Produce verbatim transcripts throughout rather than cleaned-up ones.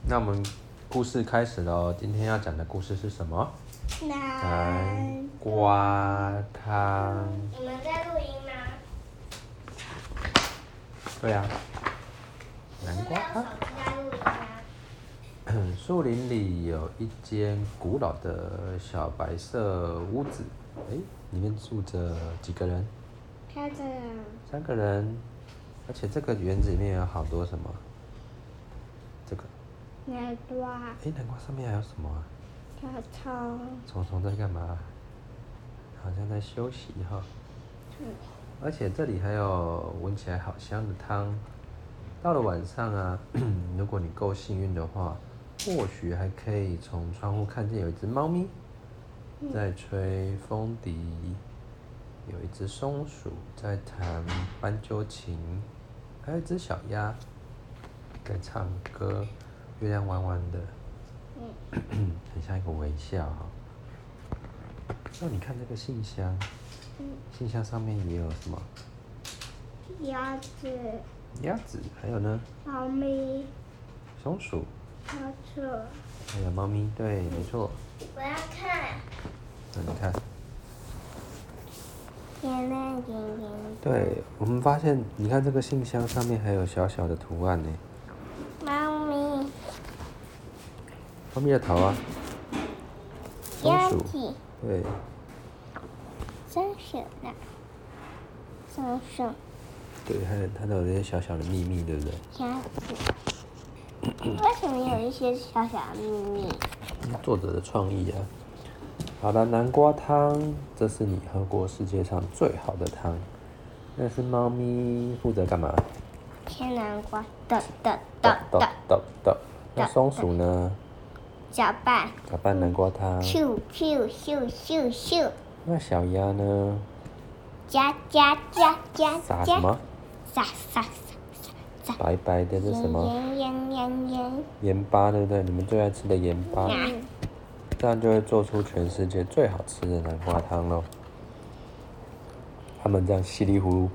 那我们故事开始喽。今天要讲的故事是什么？南瓜汤。 你们在录音吗？ 对啊。南瓜汤。 手机在录音吗？ 树林里有一间古老的小白色屋子，哎，里面住着几个人？ 三个人。 三个人，而且这个园子里面有好多什么？这个。 南瓜。 哎，南瓜上面还有什么啊？ 小虫。 虫虫在干嘛？好像在休息哈。 嗯。 而且这里还有闻起来好香的汤。到了晚上啊，如果你够幸运的话，或许还可以从窗户看见有一只猫咪在吹风笛，有一只松鼠在弹斑鸠琴，还有一只小鸭在唱歌，月亮弯弯的，嗯，很像一个微笑哈。那你看这个信箱，信箱上面也有什么？ 鸭子。 鸭子，还有呢？ 猫咪。 松鼠。 小鼠。 还有猫咪，对，没错。 我要看。 那你看。 圆亮圆圆。 对，我们发现，你看这个信箱上面还有小小的图案呢。 猫咪。 猫咪的头啊。松鼠。对。 松鼠呢？松鼠。 对，还有它都有这些小小的秘密，对不对？ 鸭子。为什么有一些小小的秘密？ 作者的创意啊。好了，南瓜汤，这是你喝过世界上最好的汤。那是猫咪负责干嘛？ 切南瓜，的的的的的的。那松鼠呢？ 搅拌。 搅拌南瓜汤。 咻咻咻咻咻。 那小鸭呢？ 加加加加加。 撒什么？ 撒撒撒撒。 白白的这是什么？ 盐盐盐盐。 盐巴，对不对？你们最爱吃的盐巴。 嗯。 这样就会做出全世界最好吃的南瓜汤咯。他们这样稀里糊涂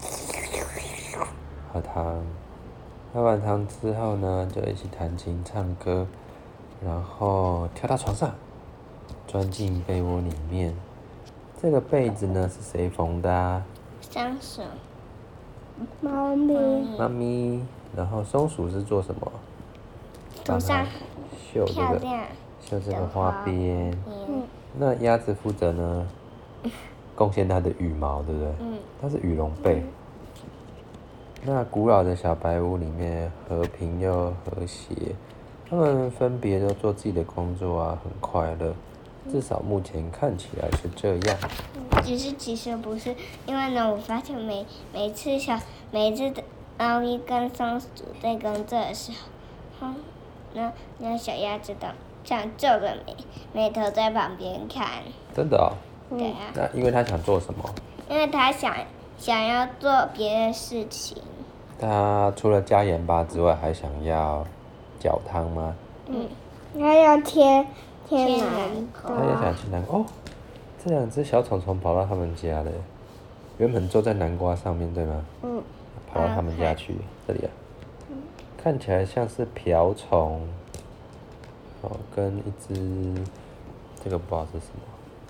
喝汤，喝完汤之后呢，就一起弹琴唱歌，然后跳到床上，钻进被窝里面。这个被子呢是谁缝的啊？ 松鼠。猫咪。 猫咪。然后松鼠是做什么？ 头上绣这个，绣这个花边。 嗯。 那鸭子负责呢？贡献它的羽毛，对不对？ 嗯。 它是羽绒被。嗯。那古老的小白屋里面和平又和谐，他们分别都做自己的工作啊，很快乐。至少目前看起来是这样。 只是其实不是，因为呢，我发现每每次小每次的猫咪跟松鼠在工作的时候，哼，那那小鸭子的这样皱着眉眉头在旁边看。 真的哦。 对啊。 那因为他想做什么？ 因为他想想要做别的事情。 他除了加盐巴之外，还想要搅汤吗？ 嗯。还要贴贴南瓜。 他也想吃南瓜哦。这两只小虫虫跑到他们家了，原本坐在南瓜上面，对吗？ 嗯。 跑到他们家去，这里啊。嗯。看起来像是瓢虫，哦，跟一只，这个不知道是什么。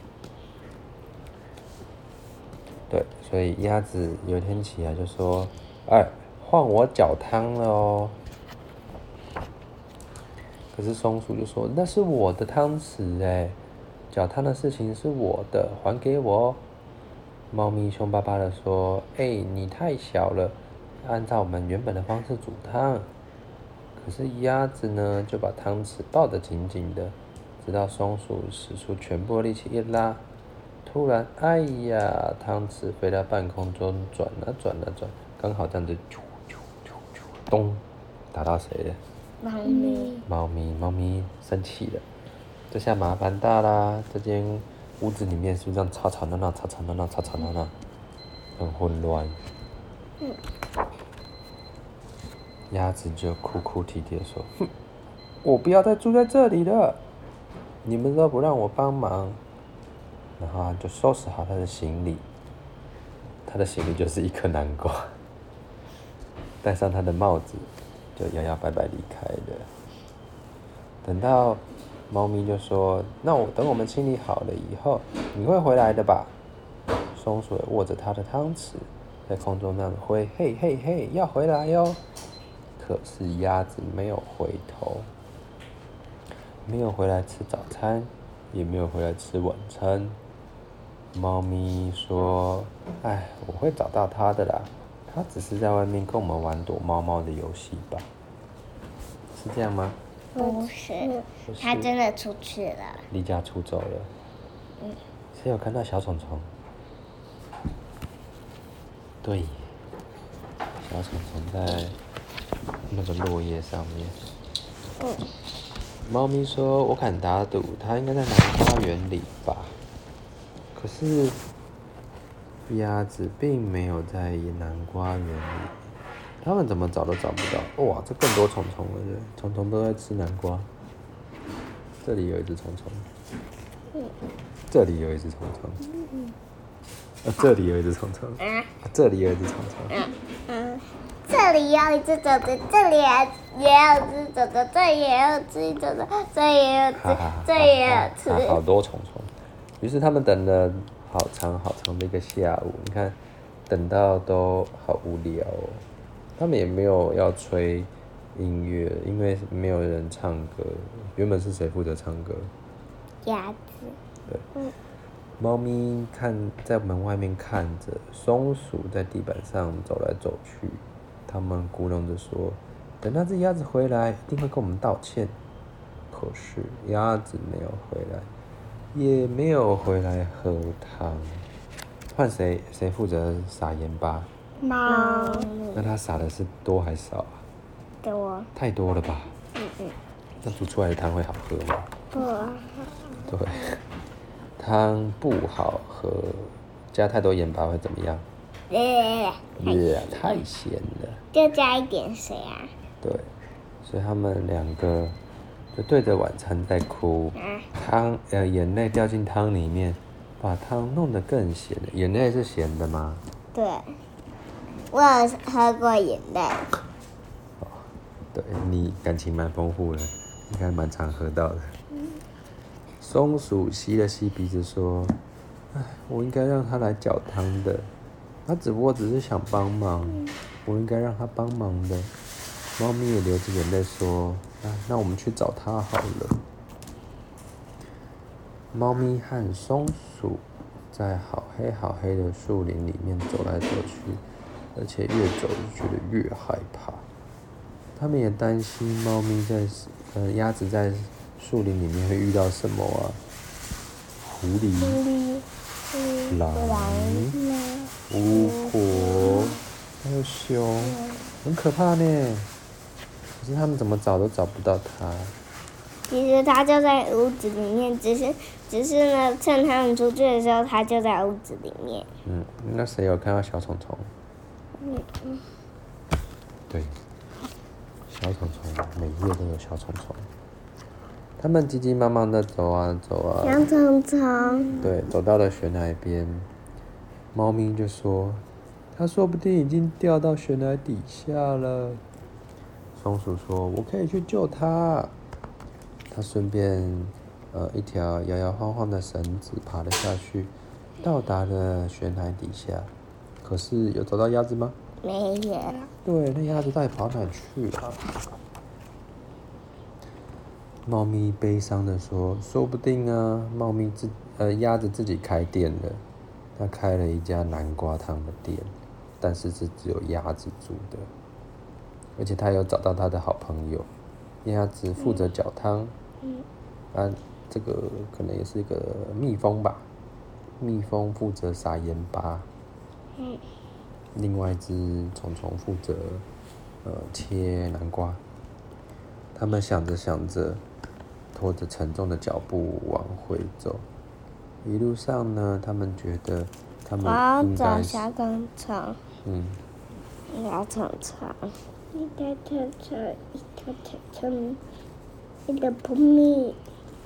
对，所以鸭子有一天起来就说：“哎，换我搅汤了哦。”可是松鼠就说：“那是我的汤匙哎。”搅汤的事情是我的，还给我哦。猫咪凶巴巴的说：“哎、欸，你太小了，按照我们原本的方式煮汤。”可是鸭子呢，就把汤匙抱得紧紧的，直到松鼠使出全部的力气一拉，突然，哎呀，汤匙飞到半空中转啊转啊转，刚好这样子，啾啾啾啾，咚，打到谁了？ 猫咪。 猫咪，猫咪生气了。这下麻烦大啦！这间屋子里面是不是这样吵吵闹闹、吵吵闹闹、吵吵闹闹，很混乱？嗯。鸭子就哭哭啼啼的说：“哼，我不要再住在这里了，你们都不让我帮忙。”然后他就收拾好他的行李，他的行李就是一颗南瓜，戴上他的帽子，就摇摇摆摆离开了。 等到猫咪就说：“那我等我们清理好了以后，你会回来的吧？”松鼠也握着它的汤匙，在空中那样挥：“嘿嘿嘿，要回来哟！”可是鸭子没有回头，没有回来吃早餐，也没有回来吃晚餐。猫咪说：“哎，我会找到它的啦，它只是在外面跟我们玩躲猫猫的游戏吧？”是这样吗？ 不是，它真的出去了， 离家出走了。 嗯。 谁有看到小虫虫？对，小虫虫在那个落叶上面。 嗯。 猫咪说：“我敢打赌，它应该在南瓜园里吧？”可是鸭子并没有在南瓜园里，它们怎么找都找不到。哇，这更多虫虫了，对，虫虫都在吃南瓜。这里有一只虫虫， 嗯。 这里有一只虫虫， 嗯。 啊，这里有一只虫虫， 啊， 这里有一只虫虫， 嗯嗯，这里有一只走的，这里也有只走的，这里也有只走的，这里也有只，这里也有只， 好多虫虫。于是他们等了好长好长的一个下午，你看，等到都好无聊哦。他们也没有要吹音乐，因为没有人唱歌。原本是谁负责唱歌？ 鸭子。 对。 嗯。 猫咪看在门外面看着，松鼠在地板上走来走去。他们咕哝着说：“等那只鸭子回来，一定会跟我们道歉。”可是鸭子没有回来，也没有回来喝汤。换谁？谁负责撒盐巴？ 猫。 那它撒的是多还是少啊？ 多。 太多了吧？ 嗯嗯。 那煮出来的汤会好喝吗？ 不好。 对。汤不好喝，加太多盐巴会怎么样？ 呃， 太咸了。 就加一点水啊。 对，所以他们两个就对着晚餐在哭。 啊、 汤呃，眼泪掉进汤里面，把汤弄得更咸了。眼泪是咸的吗？ 对，我有喝过眼泪。 哦，对，你感情蛮丰富的，应该蛮常喝到的。松鼠吸了吸鼻子说：“哎，我应该让他来搅汤的，他只不过只是想帮忙，我应该让他帮忙的。”猫咪也流着眼泪说：“啊，那我们去找他好了。”猫咪和松鼠在好黑好黑的树林里面走来走去，而且越走就觉得越害怕。他们也担心猫咪在呃鸭子在树林里面会遇到什么啊？狐狸、狼、巫婆，还有熊，很可怕呢。可是他们怎么找都找不到它。 其实它就在屋子里面，只是只是呢，趁他们出去的时候，它就在屋子里面。 嗯，那谁有看到小虫虫？ 嗯嗯。 对，小虫虫，每页都有小虫虫。他们急急忙忙的走啊走啊， 小虫虫。 对，走到了悬崖边，猫咪就说：“它说不定已经掉到悬崖底下了。”松鼠说：“我可以去救它。”它顺便，呃，一条摇摇晃晃的绳子爬了下去，到达了悬崖底下。可是有找到鸭子吗？ 没有。 对，那鸭子到底跑哪去了？猫咪悲伤的说：“说不定啊，猫咪自呃鸭子自己开店了，它开了一家南瓜汤的店，但是是只有鸭子煮的，而且它有找到它的好朋友，鸭子负责搅汤， 嗯， 啊，这个可能也是一个蜜蜂吧，蜜蜂负责撒盐巴， 嗯， 另外一只虫虫负责呃切南瓜。他们想着想着。”拖着沉重的脚步往回走，一路上呢，他们觉得他们应该是小虫虫， 嗯， 小虫虫，一条虫虫，一条虫虫，一个蜂蜜。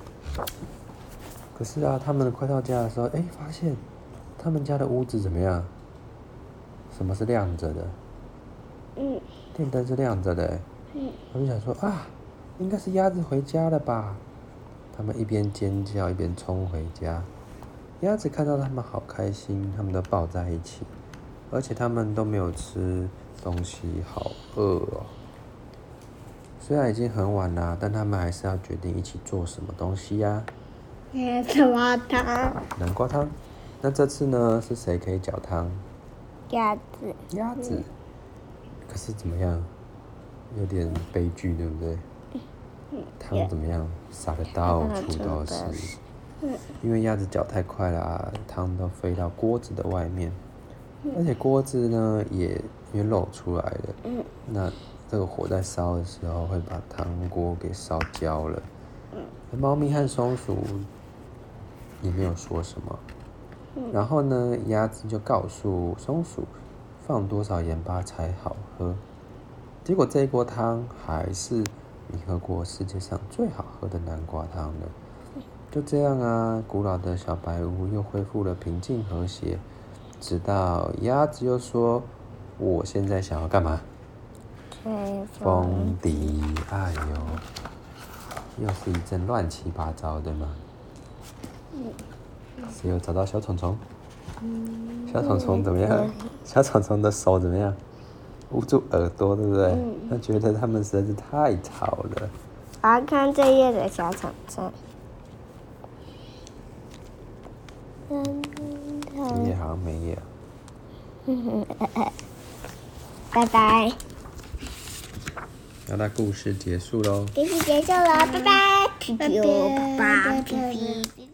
可是啊，他们快到家的时候，哎，发现他们家的屋子怎么样？什么是亮着的？ 嗯， 电灯是亮着的， 嗯， 他们想说啊， 应该是鸭子回家了吧？他们一边尖叫一边冲回家。鸭子看到他们好开心，他们都抱在一起，而且他们都没有吃东西，好饿哦。虽然已经很晚了，但他们还是要决定一起做什么东西呀、 南瓜汤。 南瓜汤。那这次呢，是谁可以搅汤？ 鸭子。 鸭子。可是怎么样？有点悲剧，对不对？汤怎么样？洒得到处都是。因为鸭子搅太快了啊，汤都飞到锅子的外面，而且锅子呢也也漏出来了。 嗯。 那这个火在烧的时候，会把汤锅给烧焦了。嗯。猫咪和松鼠也没有说什么。嗯。然后呢，鸭子就告诉松鼠，放多少盐巴才好喝。结果这一锅汤还是你喝过世界上最好喝的南瓜汤了。就这样啊，古老的小白屋又恢复了平静和谐。直到鸭子又说：“我现在想要干嘛？”风笛，哎呦，又是一阵乱七八糟的嘛。谁有找到小虫虫？小虫虫怎么样？小虫虫的手怎么样？捂住耳朵，对不对？他觉得他们实在是太吵了。 我要看这页的小虫虫。 这页好像没有。 拜拜。 那那故事结束喽。 故事结束了，拜拜。拜拜。拜拜。